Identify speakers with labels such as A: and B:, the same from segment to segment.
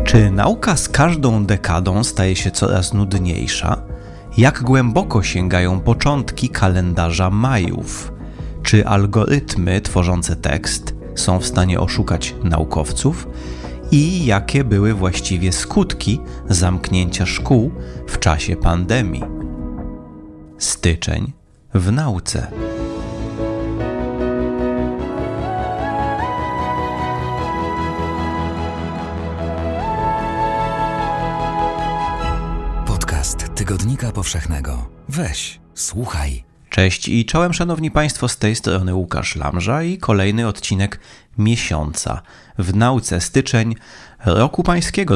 A: Czy nauka z każdą dekadą staje się coraz nudniejsza? Jak głęboko sięgają początki kalendarza Majów? Czy algorytmy tworzące tekst są w stanie oszukać naukowców? I jakie były właściwie skutki zamknięcia szkół w czasie pandemii? Styczeń w nauce.
B: Tygodnika Powszechnego. Weź, słuchaj.
A: Cześć i czołem szanowni państwo, z tej strony Łukasz Lamża i kolejny odcinek miesiąca w nauce, styczeń roku pańskiego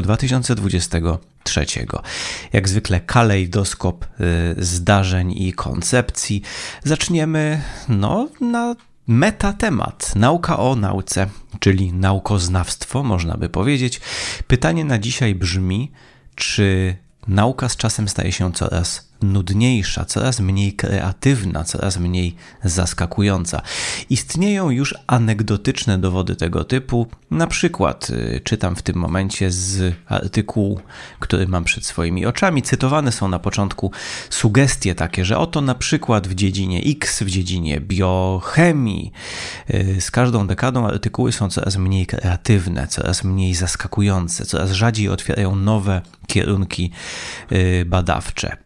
A: 2023. Jak zwykle kalejdoskop zdarzeń i koncepcji. Zaczniemy na metatemat. Nauka o nauce, czyli naukoznawstwo, można by powiedzieć. Pytanie na dzisiaj brzmi, czy nauka z czasem staje się coraz nudniejsza, coraz mniej kreatywna, coraz mniej zaskakująca. Istnieją już anegdotyczne dowody tego typu. Na przykład czytam w tym momencie z artykułu, który mam przed swoimi oczami. Cytowane są na początku sugestie takie, że oto na przykład w dziedzinie X, w dziedzinie biochemii, z każdą dekadą artykuły są coraz mniej kreatywne, coraz mniej zaskakujące, coraz rzadziej otwierają nowe kierunki badawcze.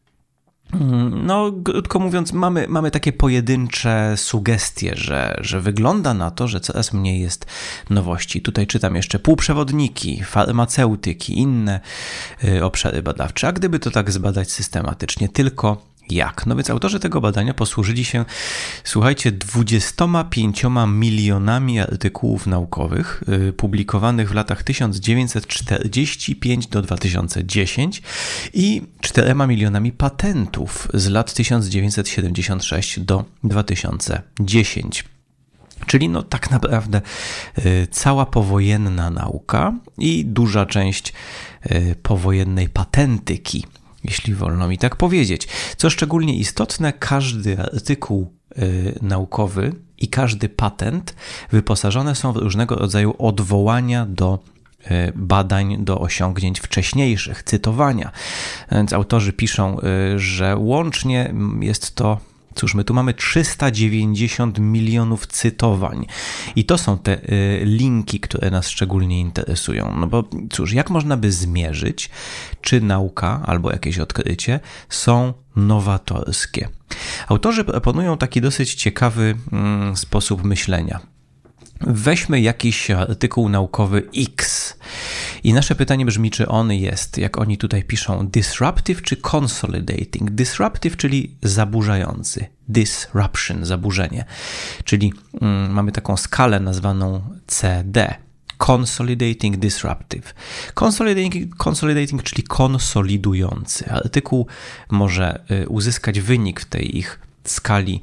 A: Krótko mówiąc, mamy takie pojedyncze sugestie, że wygląda na to, że coraz mniej jest nowości. Tutaj czytam jeszcze półprzewodniki, farmaceutyki, inne obszary badawcze. A gdyby to tak zbadać systematycznie, tylko jak? No więc autorzy tego badania posłużyli się, słuchajcie, 25 milionami artykułów naukowych publikowanych w latach 1945 do 2010 i 4 milionami patentów z lat 1976 do 2010. Czyli tak naprawdę cała powojenna nauka i duża część powojennej patentyki, jeśli wolno mi tak powiedzieć. Co szczególnie istotne, każdy artykuł naukowy i każdy patent wyposażone są w różnego rodzaju odwołania do badań, do osiągnięć wcześniejszych, cytowania. Więc autorzy piszą, że łącznie jest to, cóż, my tu mamy 390 milionów cytowań. I to są te linki, które nas szczególnie interesują. No bo cóż, jak można by zmierzyć, czy nauka albo jakieś odkrycie są nowatorskie? Autorzy proponują taki dosyć ciekawy sposób myślenia. Weźmy jakiś artykuł naukowy X i nasze pytanie brzmi, czy on jest, jak oni tutaj piszą, disruptive czy consolidating. Disruptive, czyli zaburzający. Disruption, zaburzenie. Czyli mamy taką skalę nazwaną CD. Consolidating, disruptive. Consolidating, czyli konsolidujący. Artykuł może uzyskać wynik w tej ich skali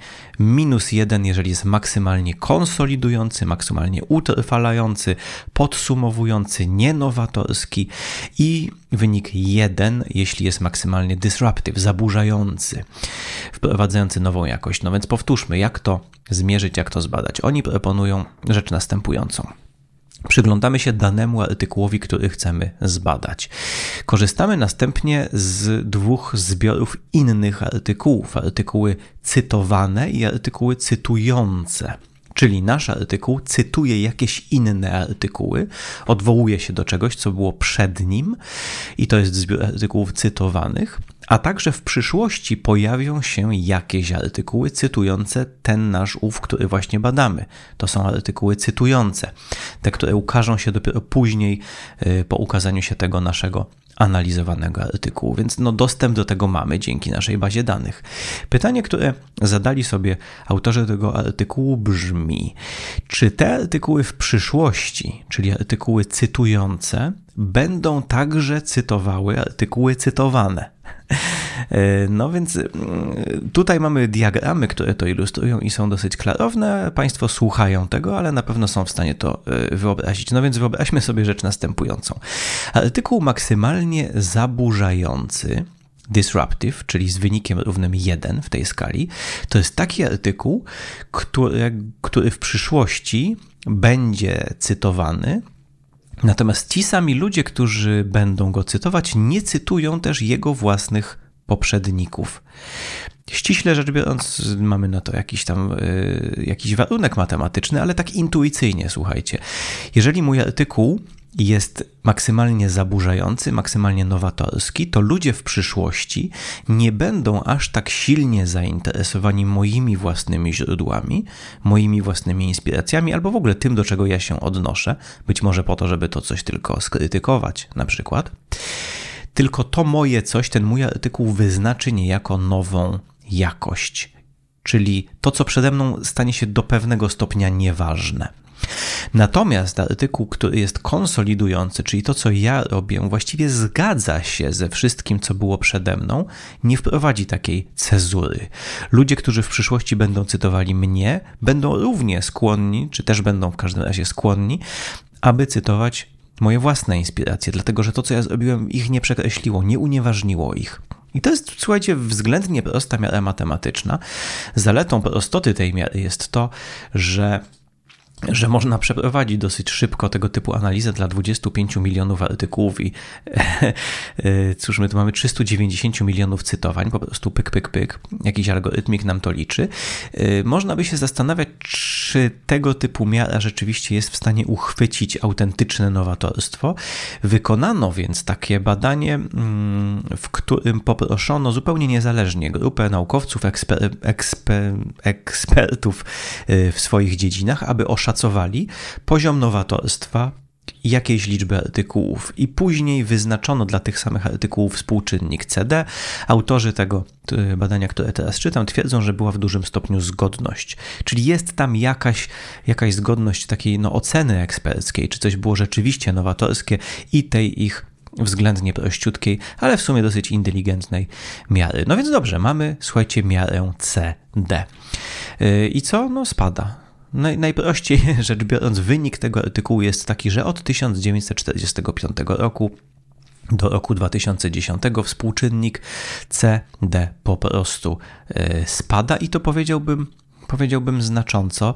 A: -1, jeżeli jest maksymalnie konsolidujący, maksymalnie utrwalający, podsumowujący, nienowatorski i wynik 1, jeśli jest maksymalnie disruptive, zaburzający, wprowadzający nową jakość. No więc powtórzmy, jak to zmierzyć, jak to zbadać. Oni proponują rzecz następującą. Przyglądamy się danemu artykułowi, który chcemy zbadać. Korzystamy następnie z dwóch zbiorów innych artykułów. Artykuły cytowane i artykuły cytujące. Czyli nasz artykuł cytuje jakieś inne artykuły, odwołuje się do czegoś, co było przed nim i to jest zbiór artykułów cytowanych, a także w przyszłości pojawią się jakieś artykuły cytujące ten nasz który właśnie badamy. To są artykuły cytujące, te, które ukażą się dopiero później po ukazaniu się tego naszego analizowanego artykułu, więc dostęp do tego mamy dzięki naszej bazie danych. Pytanie, które zadali sobie autorzy tego artykułu brzmi, czy te artykuły w przyszłości, czyli artykuły cytujące, będą także cytowały artykuły cytowane? No więc tutaj mamy diagramy, które to ilustrują i są dosyć klarowne. Państwo słuchają tego, ale na pewno są w stanie to wyobrazić. No więc wyobraźmy sobie rzecz następującą. Artykuł maksymalnie zaburzający, disruptive, czyli z wynikiem równym 1 w tej skali, to jest taki artykuł, który w przyszłości będzie cytowany Natomiast ci sami ludzie, którzy będą go cytować, nie cytują też jego własnych poprzedników. Ściśle rzecz biorąc, mamy na to jakiś warunek matematyczny, ale tak intuicyjnie, słuchajcie. Jeżeli mój artykuł jest maksymalnie zaburzający, maksymalnie nowatorski, to ludzie w przyszłości nie będą aż tak silnie zainteresowani moimi własnymi źródłami, moimi własnymi inspiracjami, albo w ogóle tym, do czego ja się odnoszę, być może po to, żeby to coś tylko skrytykować na przykład. Tylko to moje coś, ten mój artykuł wyznaczy niejako nową jakość, czyli to, co przede mną, stanie się do pewnego stopnia nieważne. Natomiast artykuł, który jest konsolidujący, czyli to, co ja robię, właściwie zgadza się ze wszystkim, co było przede mną, nie wprowadzi takiej cezury. Ludzie, którzy w przyszłości będą cytowali mnie, będą równie skłonni, czy też będą w każdym razie skłonni, aby cytować moje własne inspiracje, dlatego że to, co ja zrobiłem, ich nie przekreśliło, nie unieważniło ich. I to jest, słuchajcie, względnie prosta miara matematyczna. Zaletą prostoty tej miary jest to, że można przeprowadzić dosyć szybko tego typu analizę dla 25 milionów artykułów i cóż, my tu mamy 390 milionów cytowań, po prostu pyk, pyk, pyk, jakiś algorytmik nam to liczy. Można by się zastanawiać, czy tego typu miara rzeczywiście jest w stanie uchwycić autentyczne nowatorstwo. Wykonano więc takie badanie, w którym poproszono zupełnie niezależnie grupę naukowców, ekspertów w swoich dziedzinach, aby oszacowali poziom nowatorstwa jakiejś liczby artykułów i później wyznaczono dla tych samych artykułów współczynnik CD. Autorzy tego badania, które teraz czytam, twierdzą, że była w dużym stopniu zgodność. Czyli jest tam jakaś zgodność takiej oceny eksperckiej, czy coś było rzeczywiście nowatorskie i tej ich względnie prościutkiej, ale w sumie dosyć inteligentnej miary. No więc dobrze, mamy, słuchajcie, miarę CD. I co? Spada. Najprościej rzecz biorąc, wynik tego artykułu jest taki, że od 1945 roku do roku 2010 współczynnik CD po prostu spada i to powiedziałbym znacząco.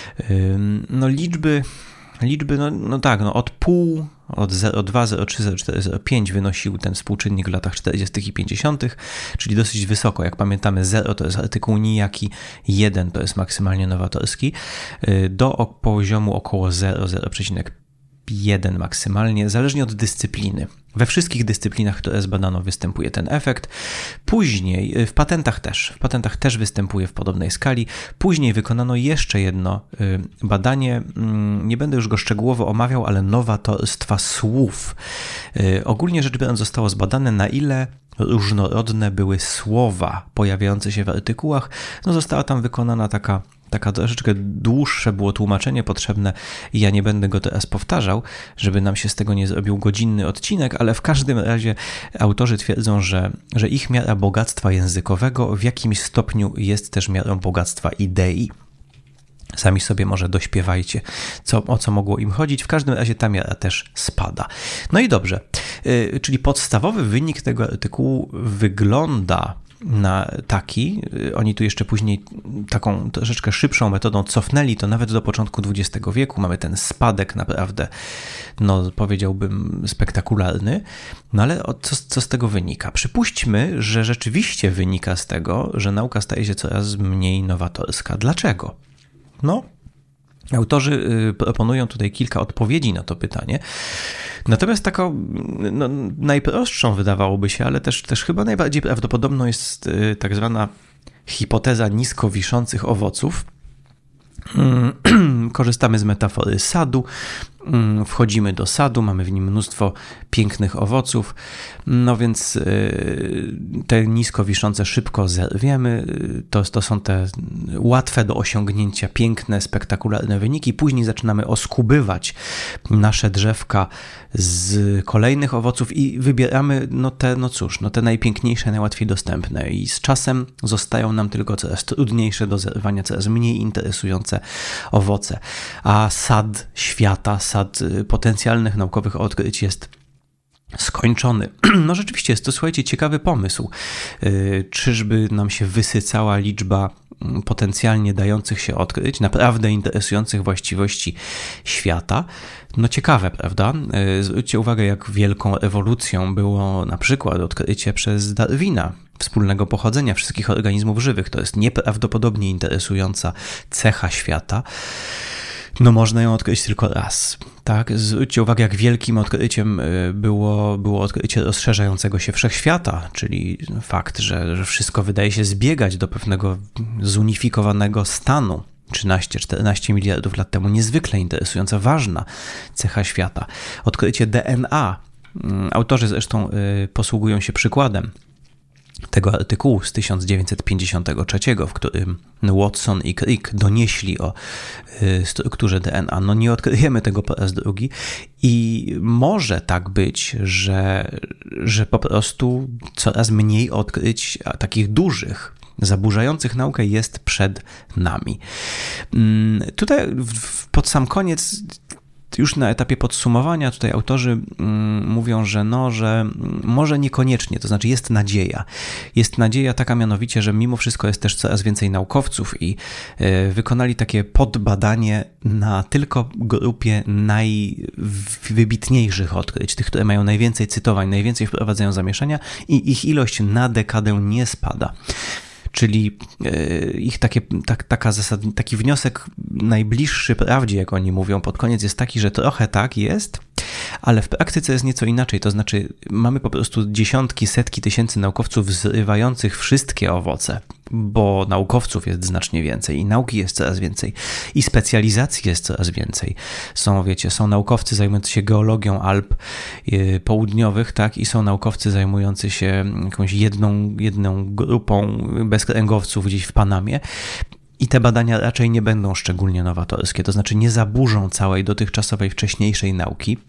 A: Liczby, od pół, od 0,2, 0,3, 0,4, 0,5 wynosił ten współczynnik w latach 40. i 50., czyli dosyć wysoko. Jak pamiętamy, 0 to jest artykuł nijaki, 1 to jest maksymalnie nowatorski, do poziomu około 0,1 maksymalnie, zależnie od dyscypliny. We wszystkich dyscyplinach, które zbadano, występuje ten efekt. Później w patentach też występuje w podobnej skali. Później wykonano jeszcze jedno badanie, nie będę już go szczegółowo omawiał, ale nowatorstwa słów. Ogólnie rzecz biorąc zostało zbadane, na ile różnorodne były słowa pojawiające się w artykułach. Została tam wykonana taka troszeczkę dłuższe było tłumaczenie potrzebne i ja nie będę go teraz powtarzał, żeby nam się z tego nie zrobił godzinny odcinek, ale w każdym razie autorzy twierdzą, że ich miara bogactwa językowego w jakimś stopniu jest też miarą bogactwa idei. Sami sobie może dośpiewajcie, o co mogło im chodzić. W każdym razie ta miara też spada. No i dobrze, czyli podstawowy wynik tego artykułu wygląda na taki, oni tu jeszcze później taką troszeczkę szybszą metodą cofnęli to nawet do początku XX wieku, mamy ten spadek naprawdę, powiedziałbym spektakularny, ale co z tego wynika? Przypuśćmy, że rzeczywiście wynika z tego, że nauka staje się coraz mniej nowatorska. Dlaczego? Autorzy proponują tutaj kilka odpowiedzi na to pytanie. Natomiast taką najprostszą wydawałoby się, ale też chyba najbardziej prawdopodobną jest tak zwana hipoteza nisko wiszących owoców. Korzystamy z metafory sadu, wchodzimy do sadu, mamy w nim mnóstwo pięknych owoców, więc te nisko wiszące szybko zerwiemy, to są te łatwe do osiągnięcia, piękne, spektakularne wyniki, później zaczynamy oskubywać nasze drzewka z kolejnych owoców i wybieramy te najpiękniejsze, najłatwiej dostępne i z czasem zostają nam tylko coraz trudniejsze do zerwania, coraz mniej interesujące owoce, a sad świata, sad potencjalnych naukowych odkryć jest skończony. Rzeczywiście jest to, słuchajcie, ciekawy pomysł. Czyżby nam się wysycała liczba potencjalnie dających się odkryć, naprawdę interesujących właściwości świata. No ciekawe, prawda? Zwróćcie uwagę, jak wielką ewolucją było na przykład odkrycie przez Darwina wspólnego pochodzenia wszystkich organizmów żywych. To jest nieprawdopodobnie interesująca cecha świata. No można ją odkryć tylko raz, tak? Zwróćcie uwagę, jak wielkim odkryciem było odkrycie rozszerzającego się wszechświata, czyli fakt, że wszystko wydaje się zbiegać do pewnego zunifikowanego stanu 13-14 miliardów lat temu. Niezwykle interesująca, ważna cecha świata. Odkrycie DNA. Autorzy zresztą posługują się przykładem tego artykułu z 1953, w którym Watson i Crick donieśli o strukturze DNA. No nie odkryjemy tego po raz drugi i może tak być, że po prostu coraz mniej odkryć takich dużych, zaburzających naukę jest przed nami. Tutaj pod sam koniec, już na etapie podsumowania, tutaj autorzy mówią, że może niekoniecznie, to znaczy jest nadzieja. Jest nadzieja taka mianowicie, że mimo wszystko jest też coraz więcej naukowców i wykonali takie podbadanie na tylko grupie najwybitniejszych odkryć, tych, które mają najwięcej cytowań, najwięcej wprowadzają zamieszania i ich ilość na dekadę nie spada. Czyli ich taki wniosek najbliższy prawdzie, jak oni mówią pod koniec, jest taki, że trochę tak jest, ale w praktyce jest nieco inaczej. To znaczy mamy po prostu dziesiątki, setki tysięcy naukowców zrywających wszystkie owoce, bo naukowców jest znacznie więcej i nauki jest coraz więcej i specjalizacji jest coraz więcej. Są naukowcy zajmujący się geologią Alp południowych, tak, i są naukowcy zajmujący się jakąś jedną grupą bezkręgowców gdzieś w Panamie. I te badania raczej nie będą szczególnie nowatorskie, to znaczy nie zaburzą całej dotychczasowej, wcześniejszej nauki.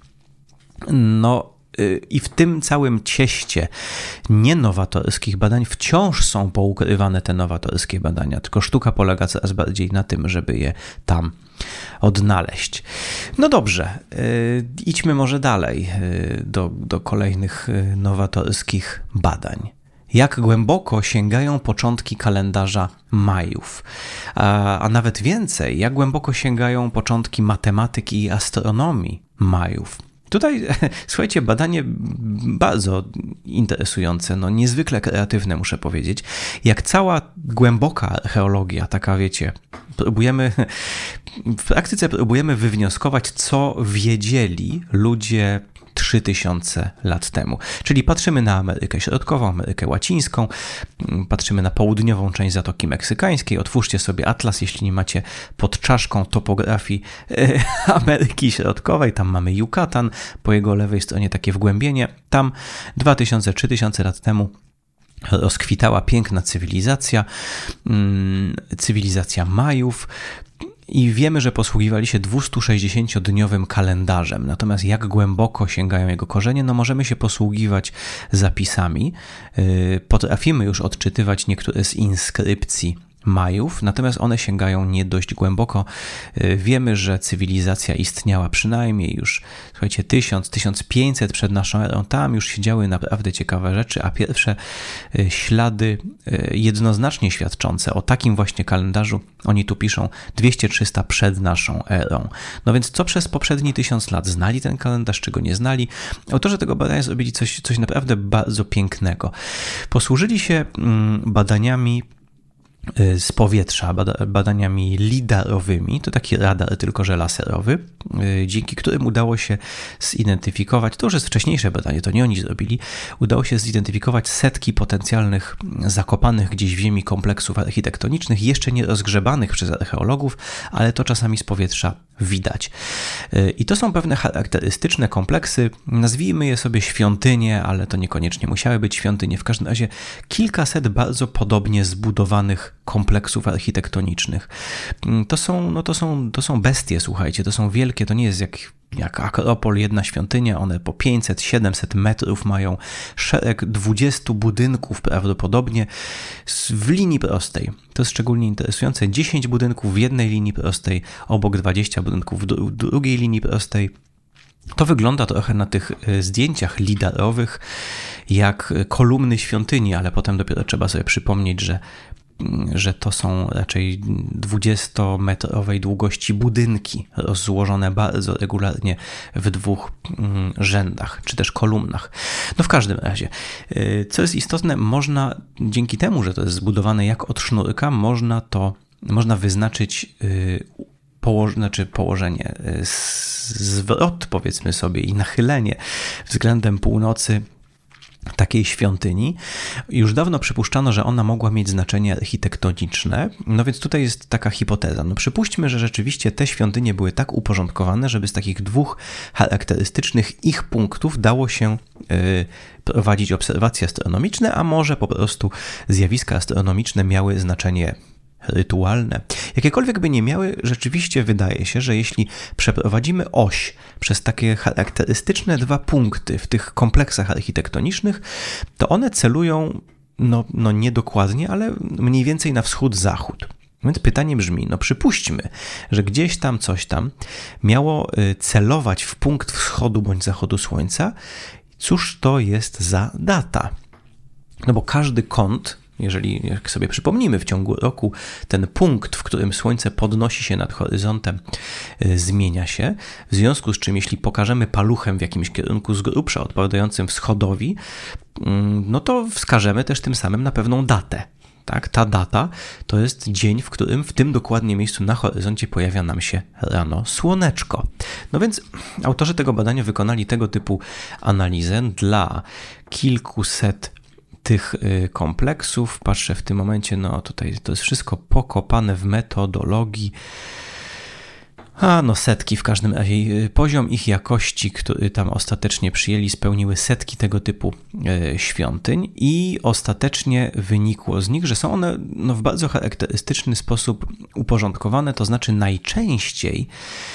A: I w tym całym cieście nienowatorskich badań wciąż są poukrywane te nowatorskie badania, tylko sztuka polega coraz bardziej na tym, żeby je tam odnaleźć. No dobrze, idźmy może dalej do kolejnych nowatorskich badań. Jak głęboko sięgają początki kalendarza Majów, a nawet więcej, jak głęboko sięgają początki matematyki i astronomii Majów. Tutaj, słuchajcie, badanie bardzo interesujące, niezwykle kreatywne, muszę powiedzieć. Jak cała głęboka archeologia, taka wiecie, w praktyce próbujemy wywnioskować, co wiedzieli ludzie 3000 lat temu. Czyli patrzymy na Amerykę Środkową, Amerykę Łacińską, patrzymy na południową część Zatoki Meksykańskiej. Otwórzcie sobie atlas, jeśli nie macie pod czaszką topografii Ameryki Środkowej. Tam mamy Yucatan, po jego lewej stronie takie wgłębienie. Tam 2000-3000 lat temu rozkwitała piękna cywilizacja Majów. I wiemy, że posługiwali się 260-dniowym kalendarzem. Natomiast jak głęboko sięgają jego korzenie, możemy się posługiwać zapisami. Potrafimy już odczytywać niektóre z inskrypcji Majów, natomiast one sięgają nie dość głęboko. Wiemy, że cywilizacja istniała przynajmniej już, słuchajcie, 1000-1500 przed naszą erą. Tam już się działy naprawdę ciekawe rzeczy, a pierwsze ślady jednoznacznie świadczące o takim właśnie kalendarzu, oni tu piszą 200-300 przed naszą erą. No więc co przez poprzedni 1000 lat? Znali ten kalendarz, czy go nie znali? Autorzy tego badania zrobili coś naprawdę bardzo pięknego. Posłużyli się badaniami z powietrza, badaniami lidarowymi, to taki radar, tylko że laserowy, dzięki którym udało się zidentyfikować, to już jest wcześniejsze badanie, to nie oni zrobili, udało się zidentyfikować setki potencjalnych zakopanych gdzieś w ziemi kompleksów architektonicznych, jeszcze nie rozgrzebanych przez archeologów, ale to czasami z powietrza widać. I to są pewne charakterystyczne kompleksy, nazwijmy je sobie świątynie, ale to niekoniecznie musiały być świątynie, w każdym razie kilkaset bardzo podobnie zbudowanych kompleksów architektonicznych. To są bestie, słuchajcie, to są wielkie, to nie jest jak Akropol, jedna świątynia, one po 500-700 metrów mają szereg 20 budynków prawdopodobnie w linii prostej. To jest szczególnie interesujące. 10 budynków w jednej linii prostej, obok 20 budynków w drugiej linii prostej. To wygląda trochę na tych zdjęciach lidarowych jak kolumny świątyni, ale potem dopiero trzeba sobie przypomnieć, że że to są raczej 20-metrowej długości budynki rozłożone bardzo regularnie w dwóch rzędach, czy też kolumnach. No w każdym razie, co jest istotne, można dzięki temu, że to jest zbudowane jak od sznurka, można wyznaczyć położenie, zwrot, powiedzmy sobie, i nachylenie względem północy takiej świątyni. Już dawno przypuszczano, że ona mogła mieć znaczenie architektoniczne, no więc tutaj jest taka hipoteza. No przypuśćmy, że rzeczywiście te świątynie były tak uporządkowane, żeby z takich dwóch charakterystycznych ich punktów dało się prowadzić obserwacje astronomiczne, a może po prostu zjawiska astronomiczne miały znaczenie rytualne. Jakiekolwiek by nie miały, rzeczywiście wydaje się, że jeśli przeprowadzimy oś przez takie charakterystyczne dwa punkty w tych kompleksach architektonicznych, to one celują, no nie dokładnie, ale mniej więcej na wschód-zachód. Więc pytanie brzmi, no przypuśćmy, że gdzieś tam coś tam miało celować w punkt wschodu bądź zachodu Słońca. Cóż to jest za data? No bo każdy kąt, jeżeli jak sobie przypomnimy w ciągu roku, ten punkt, w którym Słońce podnosi się nad horyzontem, zmienia się. W związku z czym, jeśli pokażemy paluchem w jakimś kierunku z grubsza odpowiadającym wschodowi, no to wskażemy też tym samym na pewną datę. Tak? Ta data to jest dzień, w którym w tym dokładnie miejscu na horyzoncie pojawia nam się rano słoneczko. No więc autorzy tego badania wykonali tego typu analizę dla kilkuset tych kompleksów. Patrzę w tym momencie, no tutaj to jest wszystko pokopane w metodologii. Setki w każdym razie. Poziom ich jakości, który tam ostatecznie przyjęli, spełniły setki tego typu świątyń i ostatecznie wynikło z nich, że są one w bardzo charakterystyczny sposób uporządkowane, to znaczy najczęściej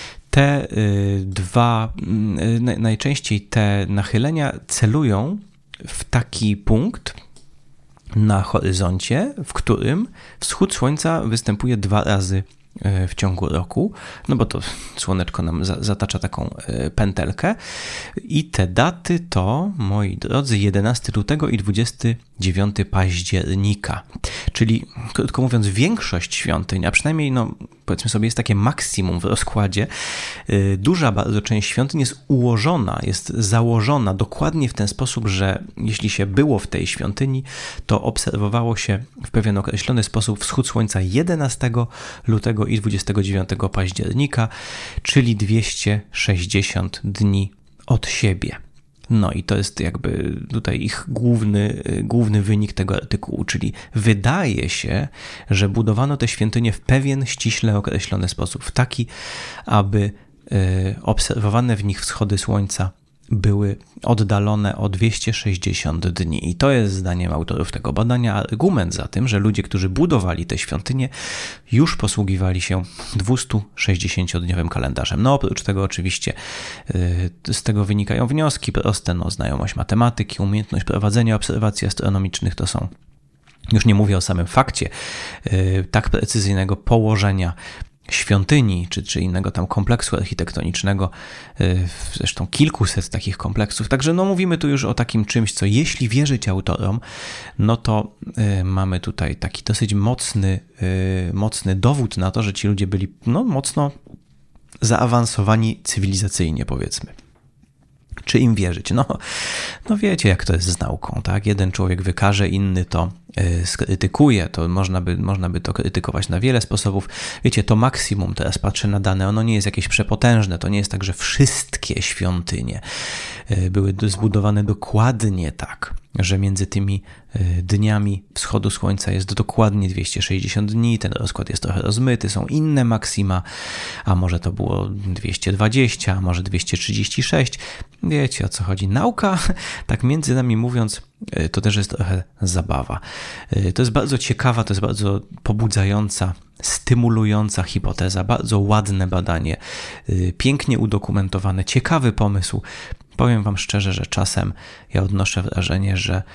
A: te nachylenia celują w taki punkt na horyzoncie, w którym wschód Słońca występuje 2 razy w ciągu roku, no bo to słoneczko nam zatacza taką pętelkę i te daty to, moi drodzy, 11 lutego i 29 października, czyli krótko mówiąc większość świątyń, a przynajmniej powiedzmy sobie jest takie maksimum w rozkładzie, duża bardzo część świątyń jest ułożona, jest założona dokładnie w ten sposób, że jeśli się było w tej świątyni, to obserwowało się w pewien określony sposób wschód Słońca 11 lutego i 29 października, czyli 260 dni od siebie. No i to jest jakby tutaj ich główny wynik tego artykułu, czyli wydaje się, że budowano te świątynie w pewien ściśle określony sposób, w taki, aby obserwowane w nich wschody Słońca były oddalone o 260 dni. I to jest zdaniem autorów tego badania argument za tym, że ludzie, którzy budowali te świątynie, już posługiwali się 260-dniowym kalendarzem. No oprócz tego oczywiście z tego wynikają wnioski proste, znajomość matematyki, umiejętność prowadzenia obserwacji astronomicznych to są, już nie mówię o samym fakcie tak precyzyjnego położenia świątyni, czy innego tam kompleksu architektonicznego, zresztą kilkuset takich kompleksów. Także mówimy tu już o takim czymś, co jeśli wierzyć autorom, no to mamy tutaj taki dosyć mocny dowód na to, że ci ludzie byli mocno zaawansowani cywilizacyjnie, powiedzmy. Czy im wierzyć? No wiecie, jak to jest z nauką, tak? Jeden człowiek wykaże, inny to skrytykuje, to można by to krytykować na wiele sposobów. Wiecie, to maksimum, teraz patrzę na dane, ono nie jest jakieś przepotężne, to nie jest tak, że wszystkie świątynie były zbudowane dokładnie tak, że między tymi dniami wschodu Słońca jest dokładnie 260 dni, ten rozkład jest trochę rozmyty, są inne maksima, a może to było 220, a może 236. Wiecie, o co chodzi. Nauka, tak między nami mówiąc, to też jest trochę zabawa. To jest bardzo ciekawa, to jest bardzo pobudzająca, stymulująca hipoteza, bardzo ładne badanie, pięknie udokumentowane, ciekawy pomysł. Powiem wam szczerze, że czasem ja odnoszę wrażenie, że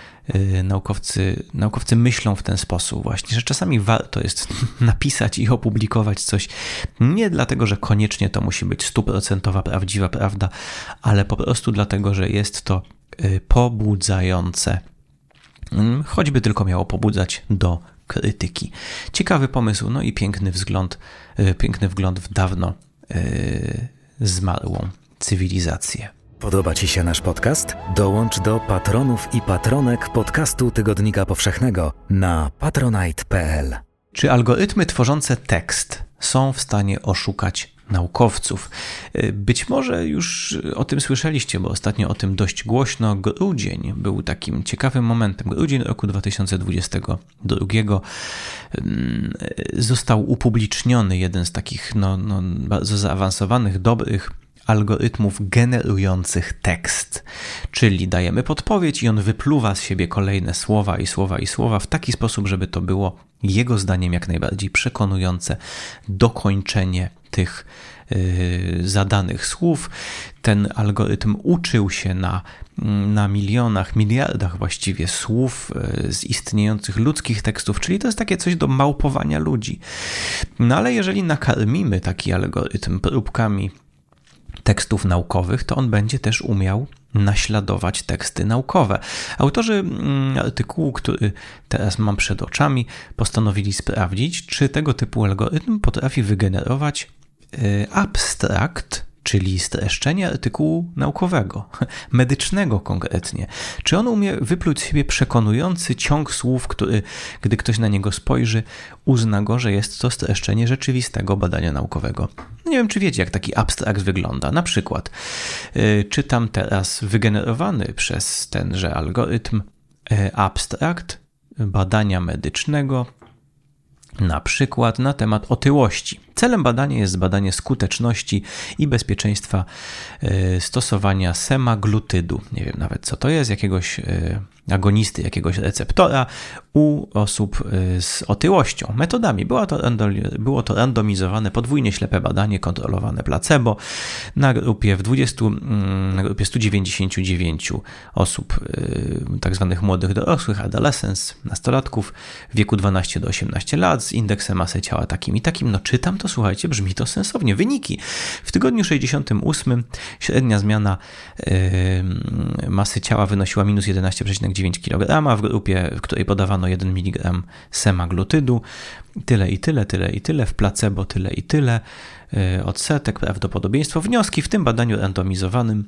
A: naukowcy myślą w ten sposób właśnie, że czasami warto jest napisać i opublikować coś nie dlatego, że koniecznie to musi być 100% prawdziwa prawda, ale po prostu dlatego, że jest to pobudzające. Choćby tylko miało pobudzać do krytyki. Ciekawy pomysł, no i piękny wgląd w dawno zmarłą cywilizację.
B: Podoba Ci się nasz podcast? Dołącz do patronów i patronek podcastu Tygodnika Powszechnego na patronite.pl.
A: Czy algorytmy tworzące tekst są w stanie oszukać naukowców? Być może już o tym słyszeliście, bo ostatnio o tym dość głośno. Grudzień był takim ciekawym momentem. Grudzień roku 2022 został upubliczniony jeden z takich bardzo zaawansowanych, dobrych algorytmów generujących tekst. Czyli dajemy podpowiedź i on wypluwa z siebie kolejne słowa w taki sposób, żeby to było jego zdaniem jak najbardziej przekonujące dokończenie tych zadanych słów. Ten algorytm uczył się na milionach, miliardach właściwie słów z istniejących ludzkich tekstów, czyli to jest takie coś do małpowania ludzi. No ale jeżeli nakarmimy taki algorytm próbkami tekstów naukowych, to on będzie też umiał naśladować teksty naukowe. Autorzy artykułu, który teraz mam przed oczami, postanowili sprawdzić, czy tego typu algorytm potrafi wygenerować abstrakt, czyli streszczenie artykułu naukowego, medycznego konkretnie. Czy on umie wypluć z siebie przekonujący ciąg słów, który, gdy ktoś na niego spojrzy, uzna go, że jest to streszczenie rzeczywistego badania naukowego. Nie wiem, czy wiecie, jak taki abstrakt wygląda. Na przykład czytam teraz wygenerowany przez tenże algorytm abstrakt badania medycznego, na przykład na temat otyłości. Celem badania jest zbadanie skuteczności i bezpieczeństwa stosowania semaglutydu. Nie wiem nawet, co to jest, jakiegoś agonisty, jakiegoś receptora u osób z otyłością. Metodami było to randomizowane, podwójnie ślepe badanie kontrolowane placebo na grupie 199 osób, tak zwanych młodych dorosłych, adolescents, nastolatków w wieku 12 do 18 lat z indeksem masy ciała takim i takim. No czytam to, słuchajcie, brzmi to sensownie. Wyniki. W tygodniu 68 średnia zmiana masy ciała wynosiła minus 11,9 kg, w grupie, w której podawano 1 mg semaglutydu, tyle i tyle, w placebo tyle i tyle, odsetek, prawdopodobieństwo. Wnioski w tym badaniu randomizowanym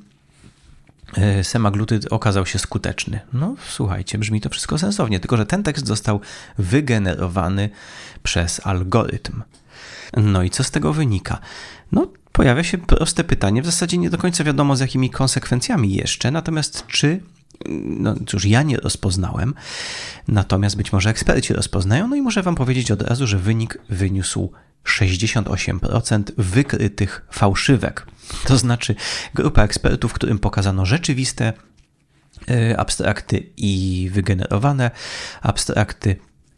A: semaglutyd okazał się skuteczny. No słuchajcie, brzmi to wszystko sensownie, tylko że ten tekst został wygenerowany przez algorytm. No i co z tego wynika? No pojawia się proste pytanie, w zasadzie nie do końca wiadomo z jakimi konsekwencjami jeszcze, natomiast no cóż, ja nie rozpoznałem, natomiast być może eksperci rozpoznają, no i muszę wam powiedzieć od razu, że wynik wyniósł 68% wykrytych fałszywek. To znaczy grupa ekspertów, którym pokazano rzeczywiste abstrakty i wygenerowane abstrakty,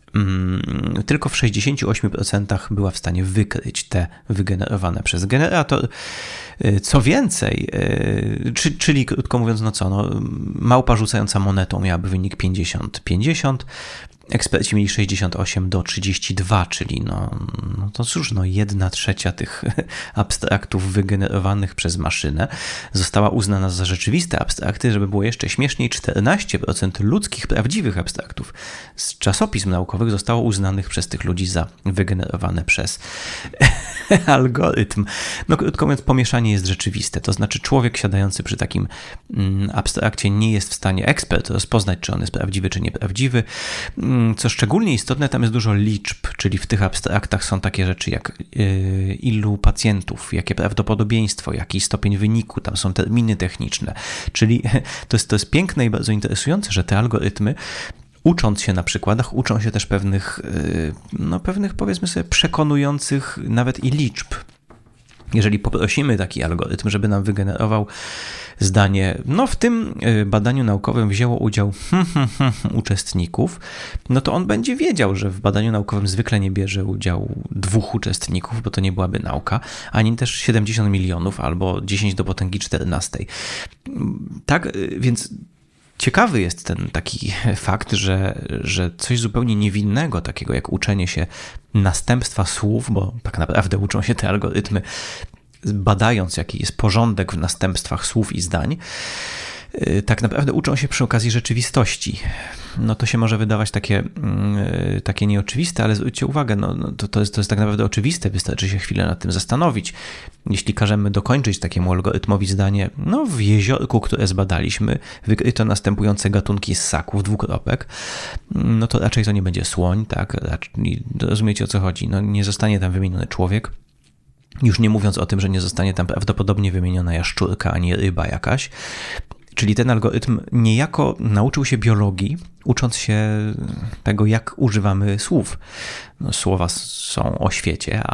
A: tylko w 68% była w stanie wykryć te wygenerowane przez generator. Co więcej, czyli krótko mówiąc, małpa rzucająca monetą miałaby wynik 50-50, eksperci mieli 68 do 32, czyli no to cóż, 1/3 tych abstraktów wygenerowanych przez maszynę została uznana za rzeczywiste abstrakty. Żeby było jeszcze śmieszniej, 14% ludzkich, prawdziwych abstraktów z czasopism naukowych zostało uznanych przez tych ludzi za wygenerowane przez algorytm. No krótko mówiąc, pomieszanie jest rzeczywiste, to znaczy człowiek siadający przy takim abstrakcie nie jest w stanie, ekspert, rozpoznać, czy on jest prawdziwy, czy nieprawdziwy. Co szczególnie istotne, tam jest dużo liczb, czyli w tych abstraktach są takie rzeczy jak ilu pacjentów, jakie prawdopodobieństwo, jaki stopień wyniku, tam są terminy techniczne, czyli to jest piękne i bardzo interesujące, że te algorytmy, ucząc się na przykładach, uczą się też pewnych powiedzmy sobie przekonujących nawet i liczb. Jeżeli poprosimy taki algorytm, żeby nam wygenerował zdanie, w tym badaniu naukowym wzięło udział uczestników, no to on będzie wiedział, że w badaniu naukowym zwykle nie bierze udziału 2 uczestników, bo to nie byłaby nauka, ani też 70 milionów albo 10 do potęgi 14. Tak, więc ciekawy jest ten taki fakt, że coś zupełnie niewinnego, takiego jak uczenie się następstwa słów, bo tak naprawdę uczą się te algorytmy badając, jaki jest porządek w następstwach słów i zdań, tak naprawdę uczą się przy okazji rzeczywistości. No to się może wydawać takie nieoczywiste, ale zwróćcie uwagę, to jest tak naprawdę oczywiste, wystarczy się chwilę nad tym zastanowić. Jeśli każemy dokończyć takiemu algorytmowi zdanie, w jeziorku, które zbadaliśmy, wykryto następujące gatunki ssaków, dwukropek, no to raczej to nie będzie słoń, tak? Rozumiecie, o co chodzi? Nie zostanie tam wymieniony człowiek. Już nie mówiąc o tym, że nie zostanie tam prawdopodobnie wymieniona jaszczurka ani ryba jakaś. Czyli ten algorytm niejako nauczył się biologii, ucząc się tego, jak używamy słów. Słowa są o świecie,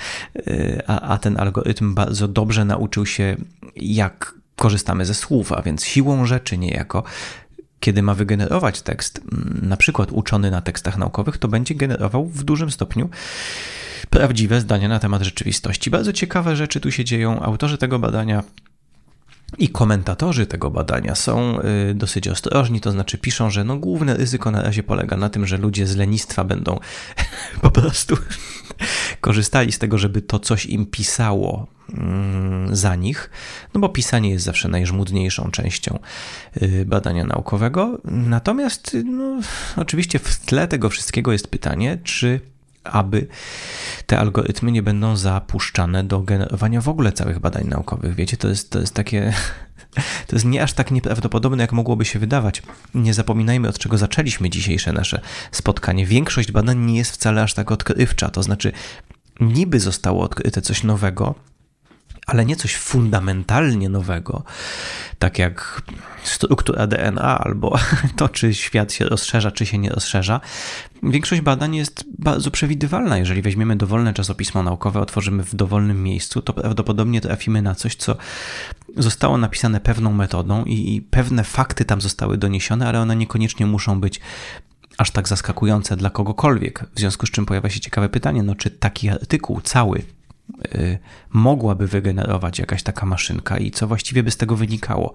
A: a ten algorytm bardzo dobrze nauczył się, jak korzystamy ze słów, a więc siłą rzeczy niejako. Kiedy ma wygenerować tekst, na przykład uczony na tekstach naukowych, to będzie generował w dużym stopniu prawdziwe zdania na temat rzeczywistości. Bardzo ciekawe rzeczy tu się dzieją. Autorzy tego badania i komentatorzy tego badania są dosyć ostrożni, to znaczy piszą, że główne ryzyko na razie polega na tym, że ludzie z lenistwa będą po prostu korzystali z tego, żeby to coś im pisało za nich, bo pisanie jest zawsze najżmudniejszą częścią badania naukowego. Natomiast oczywiście w tle tego wszystkiego jest pytanie, czy aby te algorytmy nie będą zapuszczane do generowania w ogóle całych badań naukowych. Wiecie, to jest takie... To jest nie aż tak nieprawdopodobne, jak mogłoby się wydawać. Nie zapominajmy, od czego zaczęliśmy dzisiejsze nasze spotkanie. Większość badań nie jest wcale aż tak odkrywcza. To znaczy, niby zostało odkryte coś nowego, ale nie coś fundamentalnie nowego, tak jak struktura DNA albo to, czy świat się rozszerza, czy się nie rozszerza. Większość badań jest bardzo przewidywalna. Jeżeli weźmiemy dowolne czasopismo naukowe, otworzymy w dowolnym miejscu, to prawdopodobnie trafimy na coś, co zostało napisane pewną metodą i pewne fakty tam zostały doniesione, ale one niekoniecznie muszą być aż tak zaskakujące dla kogokolwiek. W związku z czym pojawia się ciekawe pytanie, czy taki artykuł cały mogłaby wygenerować jakaś taka maszynka i co właściwie by z tego wynikało.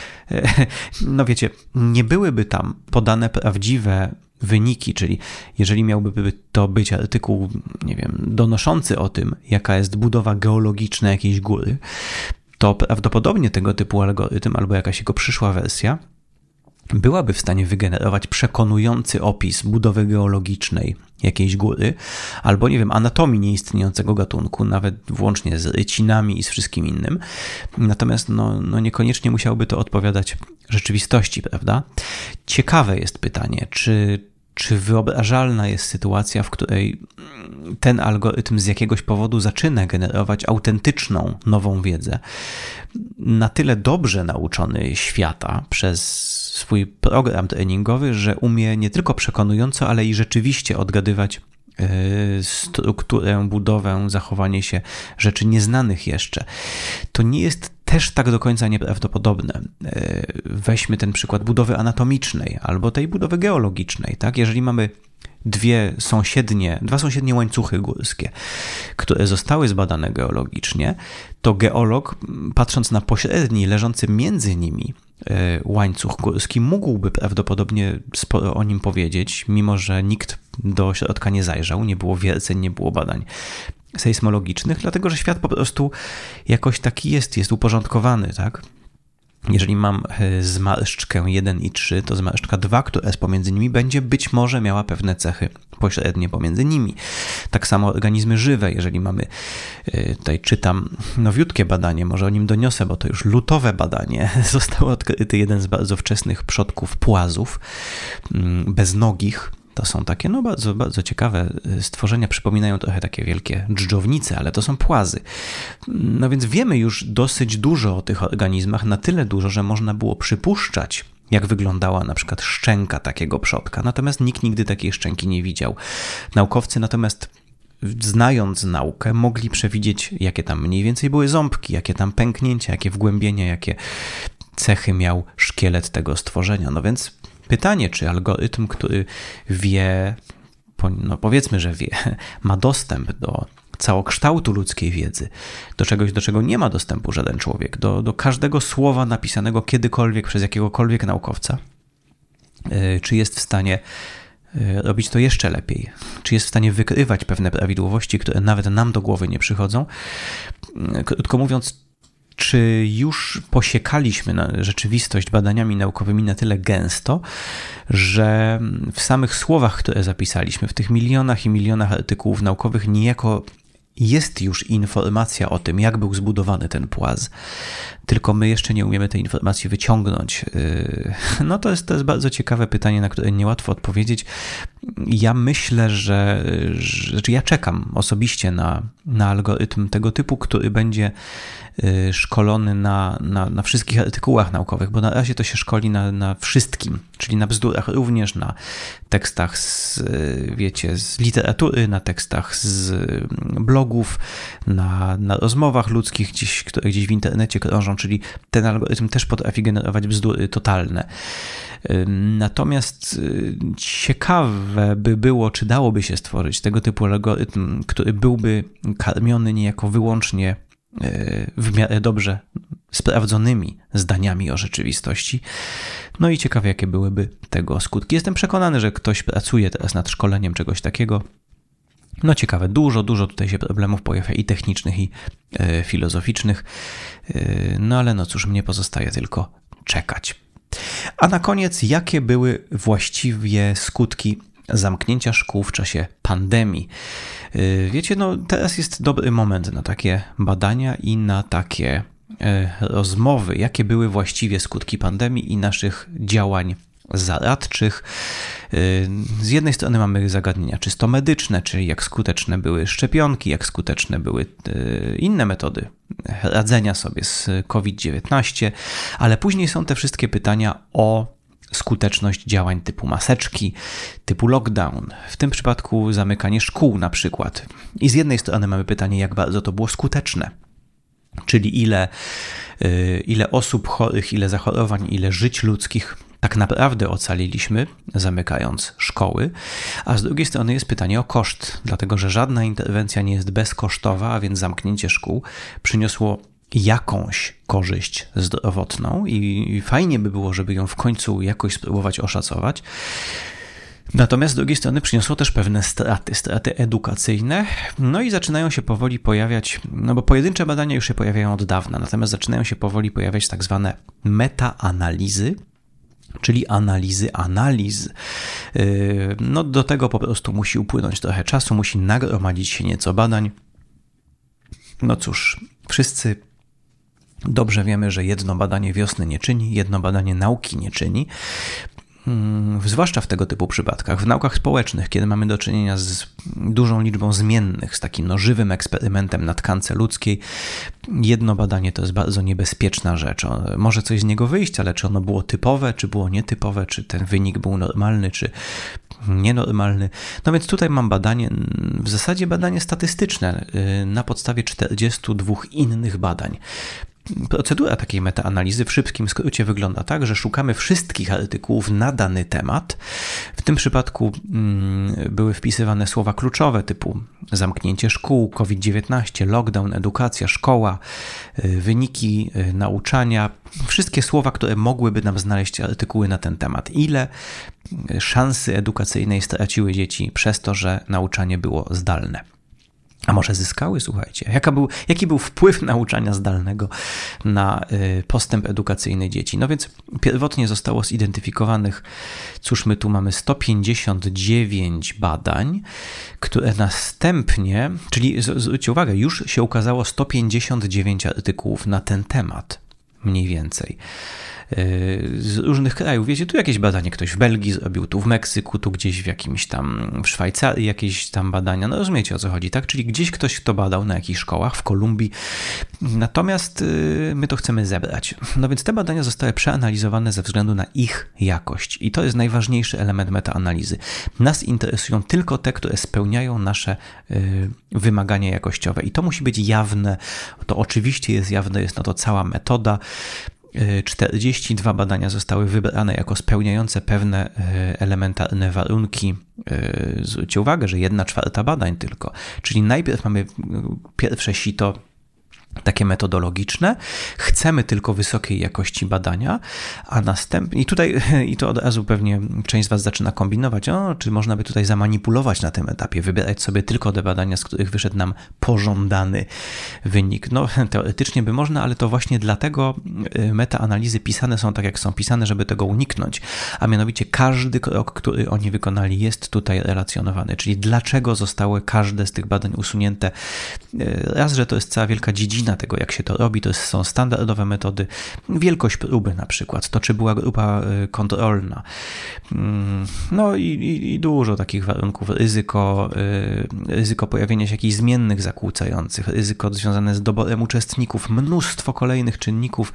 A: Wiecie, nie byłyby tam podane prawdziwe wyniki, czyli jeżeli miałby to być artykuł, nie wiem, donoszący o tym, jaka jest budowa geologiczna jakiejś góry, to prawdopodobnie tego typu algorytm albo jakaś jego przyszła wersja byłaby w stanie wygenerować przekonujący opis budowy geologicznej jakiejś góry, albo nie wiem, anatomii nieistniejącego gatunku, nawet włącznie z rycinami i z wszystkim innym. Natomiast niekoniecznie musiałoby to odpowiadać rzeczywistości, prawda? Ciekawe jest pytanie, czy wyobrażalna jest sytuacja, w której ten algorytm z jakiegoś powodu zaczyna generować autentyczną, nową wiedzę, na tyle dobrze nauczony świata przez swój program treningowy, że umie nie tylko przekonująco, ale i rzeczywiście odgadywać strukturę, budowę, zachowanie się rzeczy nieznanych jeszcze. To nie jest też tak do końca nieprawdopodobne. Weźmy ten przykład budowy anatomicznej albo tej budowy geologicznej. Tak? Jeżeli mamy dwa sąsiednie łańcuchy górskie, które zostały zbadane geologicznie, to geolog, patrząc na pośredni, leżący między nimi łańcuch górski, mógłby prawdopodobnie sporo o nim powiedzieć, mimo że nikt do środka nie zajrzał, nie było wierceń, nie było badań sejsmologicznych, dlatego że świat po prostu jakoś taki jest uporządkowany, tak? Jeżeli mam zmarszczkę 1 i 3, to zmarszczka 2, która jest pomiędzy nimi, będzie być może miała pewne cechy pośrednie pomiędzy nimi. Tak samo organizmy żywe, jeżeli mamy, tutaj czytam nowiutkie badanie, może o nim doniosę, bo to już lutowe badanie, został odkryty jeden z bardzo wczesnych przodków płazów, beznogich. To są takie, bardzo, bardzo ciekawe stworzenia, przypominają trochę takie wielkie dżdżownice, ale to są płazy. Więc wiemy już dosyć dużo o tych organizmach, na tyle dużo, że można było przypuszczać, jak wyglądała na przykład szczęka takiego przodka. Natomiast nikt nigdy takiej szczęki nie widział. Naukowcy natomiast, znając naukę, mogli przewidzieć, jakie tam mniej więcej były ząbki, jakie tam pęknięcia, jakie wgłębienia, jakie cechy miał szkielet tego stworzenia. Więc pytanie, czy algorytm, który wie, powiedzmy, że wie, ma dostęp do całokształtu ludzkiej wiedzy, do czegoś, do czego nie ma dostępu żaden człowiek, do każdego słowa napisanego kiedykolwiek przez jakiegokolwiek naukowca, czy jest w stanie robić to jeszcze lepiej, czy jest w stanie wykrywać pewne prawidłowości, które nawet nam do głowy nie przychodzą. Krótko mówiąc, czy już posiekaliśmy rzeczywistość badaniami naukowymi na tyle gęsto, że w samych słowach, które zapisaliśmy, w tych milionach i milionach artykułów naukowych niejako jest już informacja o tym, jak był zbudowany ten płaz, tylko my jeszcze nie umiemy tej informacji wyciągnąć. No to jest bardzo ciekawe pytanie, na które niełatwo odpowiedzieć. Ja myślę, że ja czekam osobiście na algorytm tego typu, który będzie szkolony na wszystkich artykułach naukowych, bo na razie to się szkoli na wszystkim, czyli na bzdurach, również na tekstach z literatury, na tekstach z blogów, na rozmowach ludzkich, które gdzieś w internecie krążą, czyli ten algorytm też potrafi generować bzdury totalne. Natomiast ciekawe by było, czy dałoby się stworzyć tego typu algorytm, który byłby karmiony niejako wyłącznie w miarę dobrze sprawdzonymi zdaniami o rzeczywistości. No i ciekawe, jakie byłyby tego skutki. Jestem przekonany, że ktoś pracuje teraz nad szkoleniem czegoś takiego. No ciekawe, dużo tutaj się problemów pojawia i technicznych, i filozoficznych. No ale no cóż, mnie pozostaje tylko czekać. A na koniec, jakie były właściwie skutki zamknięcia szkół w czasie pandemii? Wiecie, no teraz jest dobry moment na takie badania i na takie rozmowy, jakie były właściwie skutki pandemii i naszych działań zaradczych. Z jednej strony mamy zagadnienia czysto medyczne, czyli jak skuteczne były szczepionki, jak skuteczne były inne metody radzenia sobie z COVID-19, ale później są te wszystkie pytania o skuteczność działań typu maseczki, typu lockdown, w tym przypadku zamykanie szkół na przykład. I z jednej strony mamy pytanie, jak bardzo to było skuteczne, czyli ile osób chorych, ile zachorowań, ile żyć ludzkich tak naprawdę ocaliliśmy, zamykając szkoły, a z drugiej strony jest pytanie o koszt, dlatego że żadna interwencja nie jest bezkosztowa, a więc zamknięcie szkół przyniosło jakąś korzyść zdrowotną i fajnie by było, żeby ją w końcu jakoś spróbować oszacować. Natomiast z drugiej strony przyniosło też pewne straty edukacyjne, no i zaczynają się powoli pojawiać, no bo pojedyncze badania już się pojawiają od dawna, natomiast zaczynają się powoli pojawiać tak zwane metaanalizy, czyli analizy analiz. No do tego po prostu musi upłynąć trochę czasu, musi nagromadzić się nieco badań. No cóż, wszyscy dobrze wiemy, że jedno badanie wiosny nie czyni, jedno badanie nauki nie czyni. Zwłaszcza w tego typu przypadkach, w naukach społecznych, kiedy mamy do czynienia z dużą liczbą zmiennych, z takim żywym eksperymentem na tkance ludzkiej, jedno badanie to jest bardzo niebezpieczna rzecz. Może coś z niego wyjść, ale czy ono było typowe, czy było nietypowe, czy ten wynik był normalny, czy nienormalny. No więc tutaj mam badanie, w zasadzie badanie statystyczne na podstawie 42 innych badań. Procedura takiej metaanalizy w szybkim skrócie wygląda tak, że szukamy wszystkich artykułów na dany temat. W tym przypadku były wpisywane słowa kluczowe typu zamknięcie szkół, COVID-19, lockdown, edukacja, szkoła, wyniki nauczania. Wszystkie słowa, które mogłyby nam znaleźć artykuły na ten temat. Ile szansy edukacyjnej straciły dzieci przez to, że nauczanie było zdalne? A może zyskały? Słuchajcie. Jaki był wpływ nauczania zdalnego na postęp edukacyjny dzieci? No więc pierwotnie zostało zidentyfikowanych, cóż my tu mamy, 159 badań, które następnie, czyli zwróćcie uwagę, już się ukazało 159 artykułów na ten temat, mniej więcej. Z różnych krajów. Wiecie, tu jakieś badanie ktoś w Belgii zrobił, tu w Meksyku, tu gdzieś w jakimś tam, w Szwajcarii jakieś tam badania. No rozumiecie, o co chodzi, tak? Czyli gdzieś ktoś to badał na jakichś szkołach, w Kolumbii. Natomiast my to chcemy zebrać. No więc te badania zostały przeanalizowane ze względu na ich jakość. I to jest najważniejszy element metaanalizy. Nas interesują tylko te, które spełniają nasze wymagania jakościowe. I to musi być jawne. To oczywiście jest jawne, jest na to cała metoda. 42 badania zostały wybrane jako spełniające pewne elementarne warunki. Zwróćcie uwagę, że 1/4 badań tylko. Czyli najpierw mamy pierwsze sito takie metodologiczne, chcemy tylko wysokiej jakości badania, a następnie, i to od razu pewnie część z Was zaczyna kombinować, czy można by tutaj zamanipulować na tym etapie, wybierać sobie tylko te badania, z których wyszedł nam pożądany wynik. No teoretycznie by można, ale to właśnie dlatego metaanalizy pisane są tak, jak są pisane, żeby tego uniknąć, a mianowicie każdy krok, który oni wykonali, jest tutaj relacjonowany, czyli dlaczego zostały każde z tych badań usunięte. Raz, że to jest cała wielka dziedzina tego, jak się to robi, to są standardowe metody, wielkość próby na przykład, to czy była grupa kontrolna, no i dużo takich warunków, ryzyko pojawienia się jakichś zmiennych zakłócających, ryzyko związane z doborem uczestników, mnóstwo kolejnych czynników.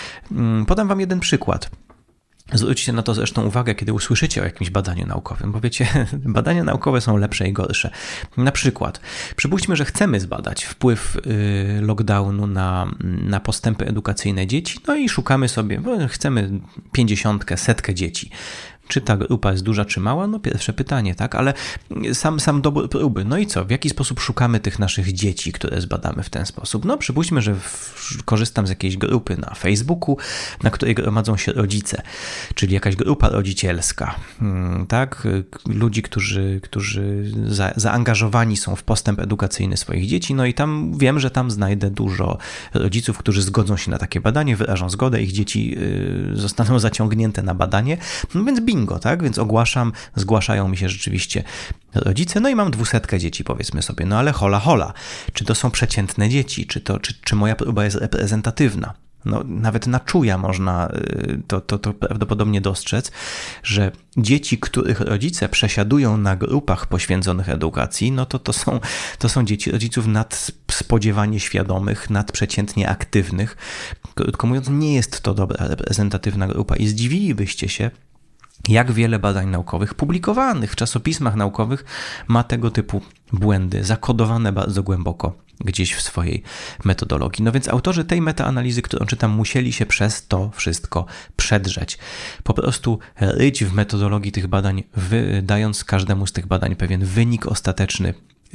A: Podam Wam jeden przykład. Zwróćcie na to zresztą uwagę, kiedy usłyszycie o jakimś badaniu naukowym, bo wiecie, badania naukowe są lepsze i gorsze. Na przykład, przypuśćmy, że chcemy zbadać wpływ lockdownu na postępy edukacyjne dzieci, no i szukamy sobie, chcemy 50, 100 dzieci. Czy ta grupa jest duża, czy mała? No pierwsze pytanie, tak? Ale sam dobór próby. No i co? W jaki sposób szukamy tych naszych dzieci, które zbadamy w ten sposób? No przypuśćmy, że korzystam z jakiejś grupy na Facebooku, na której gromadzą się rodzice, czyli jakaś grupa rodzicielska, tak? Ludzi, którzy zaangażowani są w postęp edukacyjny swoich dzieci, no i tam wiem, że tam znajdę dużo rodziców, którzy zgodzą się na takie badanie, wyrażą zgodę, ich dzieci zostaną zaciągnięte na badanie, no więc bingo, tak? Więc zgłaszają mi się rzeczywiście rodzice, no i mam 200 dzieci, powiedzmy sobie, no ale hola, czy to są przeciętne dzieci, czy moja próba jest reprezentatywna? No, nawet na czuja można to prawdopodobnie dostrzec, że dzieci, których rodzice przesiadują na grupach poświęconych edukacji, no to są dzieci rodziców nadspodziewanie świadomych, nadprzeciętnie aktywnych. Krótko mówiąc, nie jest to dobra reprezentatywna grupa i zdziwilibyście się, jak wiele badań naukowych publikowanych w czasopismach naukowych ma tego typu błędy, zakodowane bardzo głęboko gdzieś w swojej metodologii. No więc autorzy tej metaanalizy, którą czytam, musieli się przez to wszystko przedrzeć. Po prostu ryć w metodologii tych badań, wydając każdemu z tych badań pewien wynik ostateczny.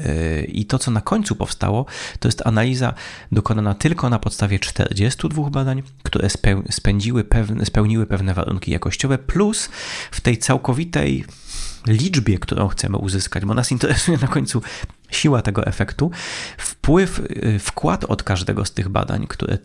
A: I to, co na końcu powstało, to jest analiza dokonana tylko na podstawie 42 badań, które spełniły pewne warunki jakościowe, plus w tej całkowitej liczbie, którą chcemy uzyskać, bo nas interesuje na końcu siła tego efektu, wkład od każdego z tych badań, które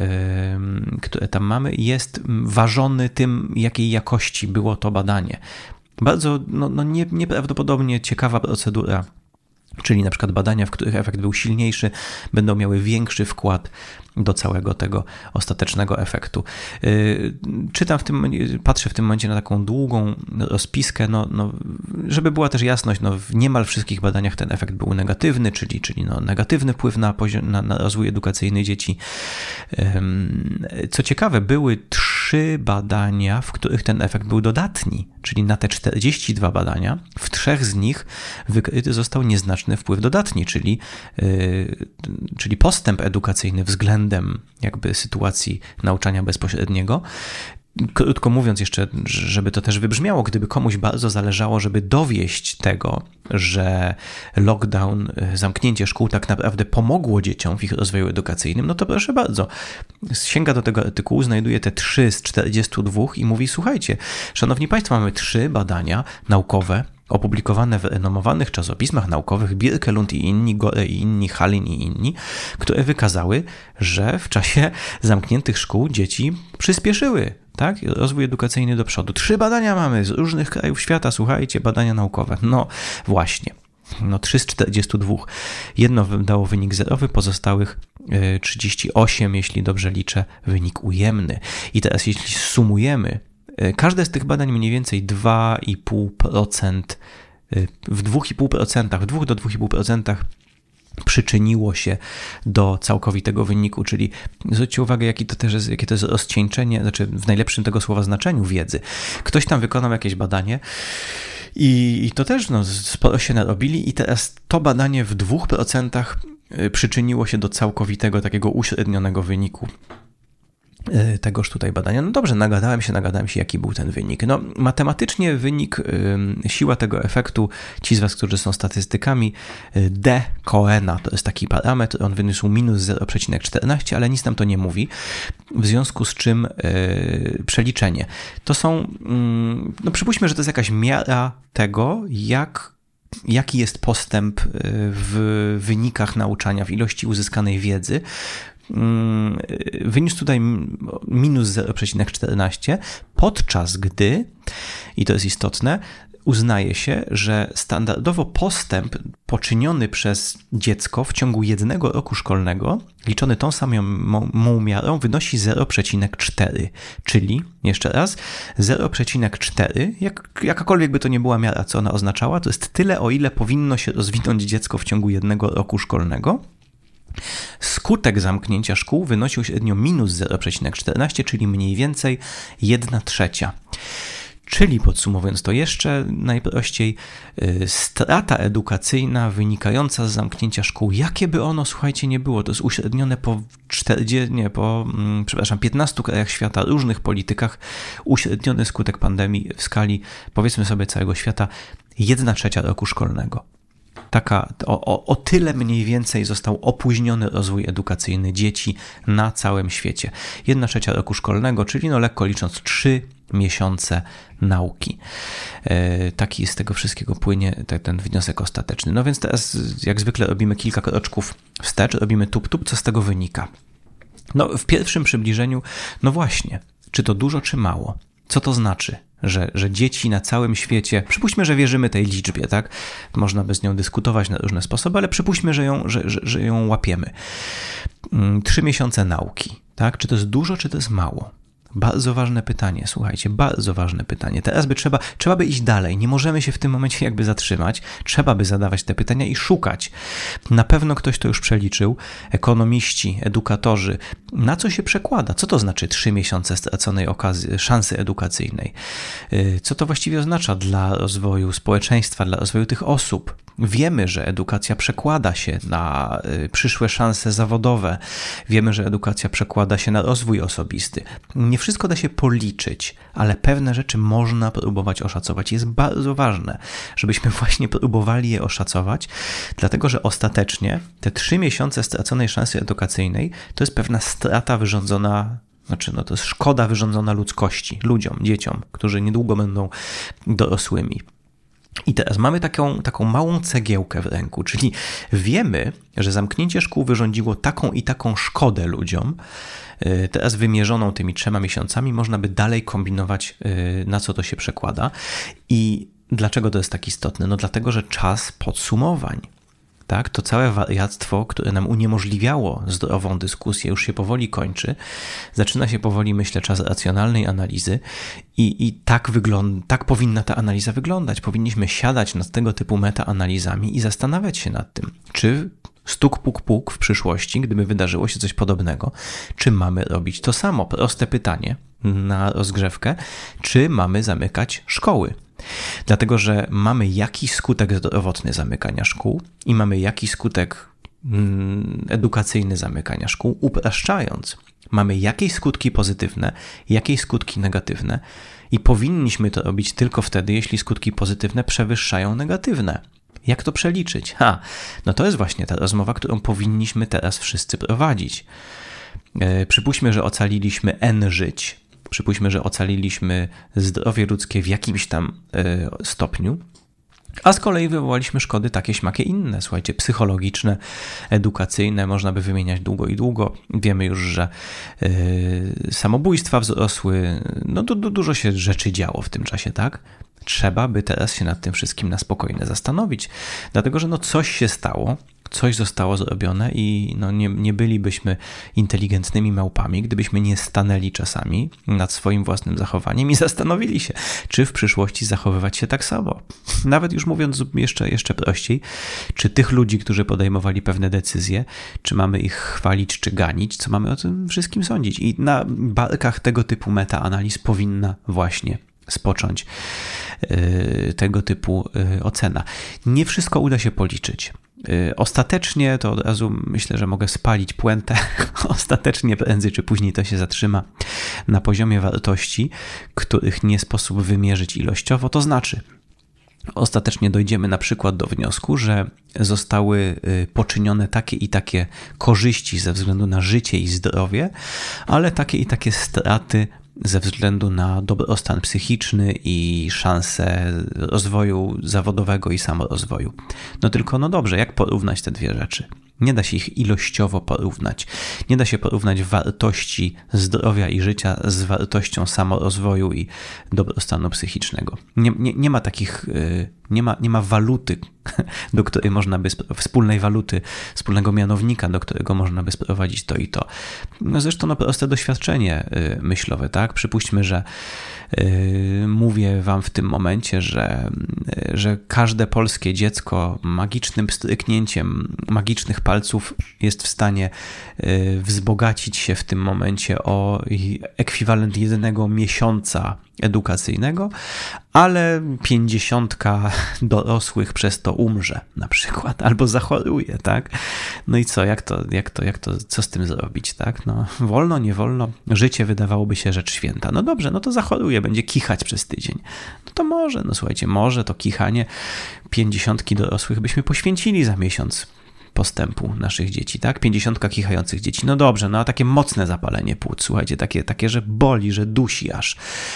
A: tam mamy, jest ważony tym, jakiej jakości było to badanie. Bardzo nieprawdopodobnie ciekawa procedura. Czyli na przykład badania, w których efekt był silniejszy, będą miały większy wkład do całego tego ostatecznego efektu. Patrzę w tym momencie na taką długą rozpiskę, żeby była też jasność, w niemal wszystkich badaniach ten efekt był negatywny, czyli negatywny wpływ na rozwój edukacyjny dzieci. Co ciekawe, były 3 badania, w których ten efekt był dodatni, czyli na te 42 badania, w 3 z nich wykryty został nieznaczny wpływ dodatni, czyli postęp edukacyjny względem jakby sytuacji nauczania bezpośredniego. Krótko mówiąc jeszcze, żeby to też wybrzmiało, gdyby komuś bardzo zależało, żeby dowieść tego, że lockdown, zamknięcie szkół tak naprawdę pomogło dzieciom w ich rozwoju edukacyjnym, no to proszę bardzo, sięga do tego artykułu, znajduje te 3 z 42 i mówi, słuchajcie, szanowni państwo, mamy 3 badania naukowe, opublikowane w renomowanych czasopismach naukowych Birkelund i inni, Gore i inni, Hallin i inni, które wykazały, że w czasie zamkniętych szkół dzieci przyspieszyły, tak? Rozwój edukacyjny do przodu. 3 badania mamy z różnych krajów świata, słuchajcie, badania naukowe. No właśnie. 3 z 42. Jedno dało wynik zerowy, pozostałych 38, jeśli dobrze liczę, wynik ujemny. I teraz jeśli sumujemy każde z tych badań mniej więcej 2,5%, w 2 do 2,5% przyczyniło się do całkowitego wyniku, czyli zwróćcie uwagę, jakie to jest rozcieńczenie, znaczy w najlepszym tego słowa znaczeniu wiedzy. Ktoś tam wykonał jakieś badanie i to też sporo się narobili i teraz to badanie w 2% przyczyniło się do całkowitego takiego uśrednionego wyniku. tegoż tutaj badania. No dobrze, nagadałem się, jaki był ten wynik. No matematycznie wynik, siła tego efektu, ci z Was, którzy są statystykami, D Cohena, to jest taki parametr, on wyniósł minus 0,14, ale nic nam to nie mówi, w związku z czym przeliczenie. To są, no przypuśćmy, że to jest jakaś miara tego, jaki jest postęp w wynikach nauczania, w ilości uzyskanej wiedzy. Wyniósł tutaj minus 0,14, podczas gdy, i to jest istotne, uznaje się, że standardowo postęp poczyniony przez dziecko w ciągu 1 roku szkolnego, liczony tą samą miarą, wynosi 0,4, czyli, jeszcze raz, 0,4, jakakolwiek by to nie była miara, co ona oznaczała, to jest tyle, o ile powinno się rozwinąć dziecko w ciągu 1 roku szkolnego. Skutek zamknięcia szkół wynosił średnio minus 0,14, czyli mniej więcej 1/3. Czyli podsumowując to jeszcze najprościej, strata edukacyjna wynikająca z zamknięcia szkół, jakie by ono, słuchajcie, nie było, to jest uśrednione po 15 krajach świata, różnych politykach, uśredniony skutek pandemii w skali, powiedzmy sobie, całego świata, 1/3 roku szkolnego. O tyle mniej więcej został opóźniony rozwój edukacyjny dzieci na całym świecie. 1/3 roku szkolnego, czyli no lekko licząc 3 miesiące nauki. Taki z tego wszystkiego płynie ten wniosek ostateczny. No więc teraz jak zwykle robimy kilka kroczków wstecz, robimy tup, co z tego wynika. No w pierwszym przybliżeniu, no właśnie, czy to dużo, czy mało? Co to znaczy? Że dzieci na całym świecie, przypuśćmy, że wierzymy tej liczbie, tak? Można by z nią dyskutować na różne sposoby, ale przypuśćmy, że ją łapiemy. 3 miesiące nauki, tak? Czy to jest dużo, czy to jest mało? Bardzo ważne pytanie, słuchajcie, bardzo ważne pytanie. Teraz trzeba by iść dalej, nie możemy się w tym momencie jakby zatrzymać, trzeba by zadawać te pytania i szukać. Na pewno ktoś to już przeliczył, ekonomiści, edukatorzy. Na co się przekłada? Co to znaczy 3 miesiące straconej szansy edukacyjnej? Co to właściwie oznacza dla rozwoju społeczeństwa, dla rozwoju tych osób? Wiemy, że edukacja przekłada się na przyszłe szanse zawodowe. Wiemy, że edukacja przekłada się na rozwój osobisty. Nie wszystko da się policzyć, ale pewne rzeczy można próbować oszacować. Jest bardzo ważne, żebyśmy właśnie próbowali je oszacować, dlatego że ostatecznie te 3 miesiące straconej szansy edukacyjnej to jest pewna strata wyrządzona, to jest szkoda wyrządzona ludzkości, ludziom, dzieciom, którzy niedługo będą dorosłymi. I teraz mamy taką małą cegiełkę w ręku, czyli wiemy, że zamknięcie szkół wyrządziło taką i taką szkodę ludziom. Teraz wymierzoną tymi 3 miesiącami można by dalej kombinować, na co to się przekłada. I dlaczego to jest tak istotne? No dlatego, że czas podsumowań. Tak, to całe wariactwo, które nam uniemożliwiało zdrową dyskusję, już się powoli kończy. Zaczyna się powoli, myślę, czas racjonalnej analizy i tak powinna ta analiza wyglądać. Powinniśmy siadać nad tego typu metaanalizami i zastanawiać się nad tym, czy stuk, puk w przyszłości, gdyby wydarzyło się coś podobnego, czy mamy robić to samo? Proste pytanie na rozgrzewkę, czy mamy zamykać szkoły? Dlatego, że mamy jakiś skutek zdrowotny zamykania szkół i mamy jakiś skutek edukacyjny zamykania szkół, upraszczając. Mamy jakieś skutki pozytywne, jakieś skutki negatywne i powinniśmy to robić tylko wtedy, jeśli skutki pozytywne przewyższają negatywne. Jak to przeliczyć? No to jest właśnie ta rozmowa, którą powinniśmy teraz wszyscy prowadzić. Przypuśćmy, że ocaliliśmy N żyć. Przypuśćmy, że ocaliliśmy zdrowie ludzkie w jakimś tam stopniu, a z kolei wywołaliśmy szkody takie, śmakie inne, słuchajcie, psychologiczne, edukacyjne, można by wymieniać długo i długo. Wiemy już, że samobójstwa wzrosły, no dużo się rzeczy działo w tym czasie, tak? Trzeba by teraz się nad tym wszystkim na spokojnie zastanowić, dlatego że coś się stało, coś zostało zrobione i nie bylibyśmy inteligentnymi małpami, gdybyśmy nie stanęli czasami nad swoim własnym zachowaniem i zastanowili się, czy w przyszłości zachowywać się tak samo. Nawet już mówiąc jeszcze prościej, czy tych ludzi, którzy podejmowali pewne decyzje, czy mamy ich chwalić, czy ganić, co mamy o tym wszystkim sądzić. I na barkach tego typu metaanaliz powinna właśnie spocząć tego typu ocena. Nie wszystko uda się policzyć. Ostatecznie, to od razu myślę, że mogę spalić puentę, ostatecznie prędzej czy później to się zatrzyma na poziomie wartości, których nie sposób wymierzyć ilościowo, to znaczy ostatecznie dojdziemy na przykład do wniosku, że zostały poczynione takie i takie korzyści ze względu na życie i zdrowie, ale takie i takie straty ze względu na dobrostan psychiczny i szanse rozwoju zawodowego i samorozwoju. No tylko, no dobrze, jak porównać te dwie rzeczy? Nie da się ich ilościowo porównać. Nie da się porównać wartości zdrowia i życia z wartością samorozwoju i dobrostanu psychicznego. Nie ma takich, nie ma waluty, do której można by, wspólnej waluty, wspólnego mianownika, do którego można by sprowadzić to i to. No zresztą proste doświadczenie myślowe, tak? Przypuśćmy, że mówię wam w tym momencie, że każde polskie dziecko magicznym stryknięciem magicznych palców jest w stanie wzbogacić się w tym momencie o ekwiwalent 1 miesiąca edukacyjnego, ale 50 dorosłych przez to umrze na przykład, albo zachoruje, tak? No i co, co z tym zrobić, tak? No, wolno, nie wolno, życie wydawałoby się rzecz święta. No dobrze, no to zachoruje, będzie kichać przez tydzień. No to może, no słuchajcie, może to kichanie 50 dorosłych byśmy poświęcili za miesiąc postępu naszych dzieci, tak? 50 kichających dzieci. No dobrze, no a takie mocne zapalenie płuc, słuchajcie, takie, że boli, że dusi aż.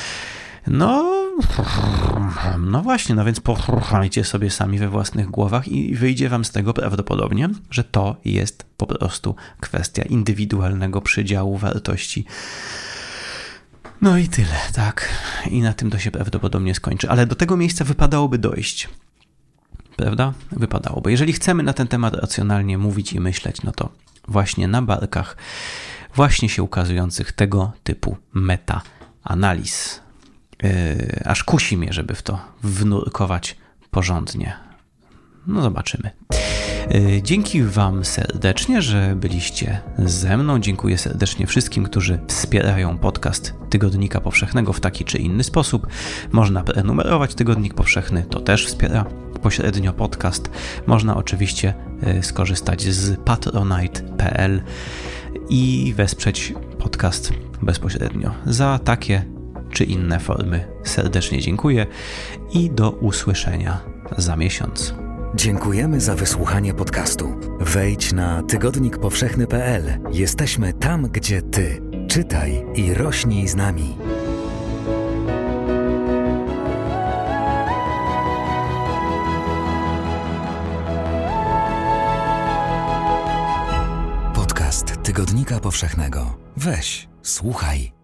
A: No właśnie, no więc pochłonijcie sobie sami we własnych głowach i wyjdzie wam z tego prawdopodobnie, że to jest po prostu kwestia indywidualnego przydziału wartości. No i tyle, tak? I na tym to się prawdopodobnie skończy. Ale do tego miejsca wypadałoby dojść. Prawda? Wypadałoby. Jeżeli chcemy na ten temat racjonalnie mówić i myśleć, no to właśnie na barkach właśnie się ukazujących tego typu meta-analiz. Aż kusi mnie, żeby w to wnurkować porządnie. No zobaczymy. Dzięki wam serdecznie, że byliście ze mną. Dziękuję serdecznie wszystkim, którzy wspierają podcast Tygodnika Powszechnego w taki czy inny sposób. Można prenumerować Tygodnik Powszechny, to też wspiera pośrednio podcast. Można oczywiście skorzystać z patronite.pl i wesprzeć podcast bezpośrednio. Za takie czy inne formy serdecznie dziękuję i do usłyszenia za miesiąc.
B: Dziękujemy za wysłuchanie podcastu. Wejdź na tygodnikpowszechny.pl. Jesteśmy tam, gdzie ty. Czytaj i rośnij z nami. Podcast Tygodnika Powszechnego. Weź, słuchaj.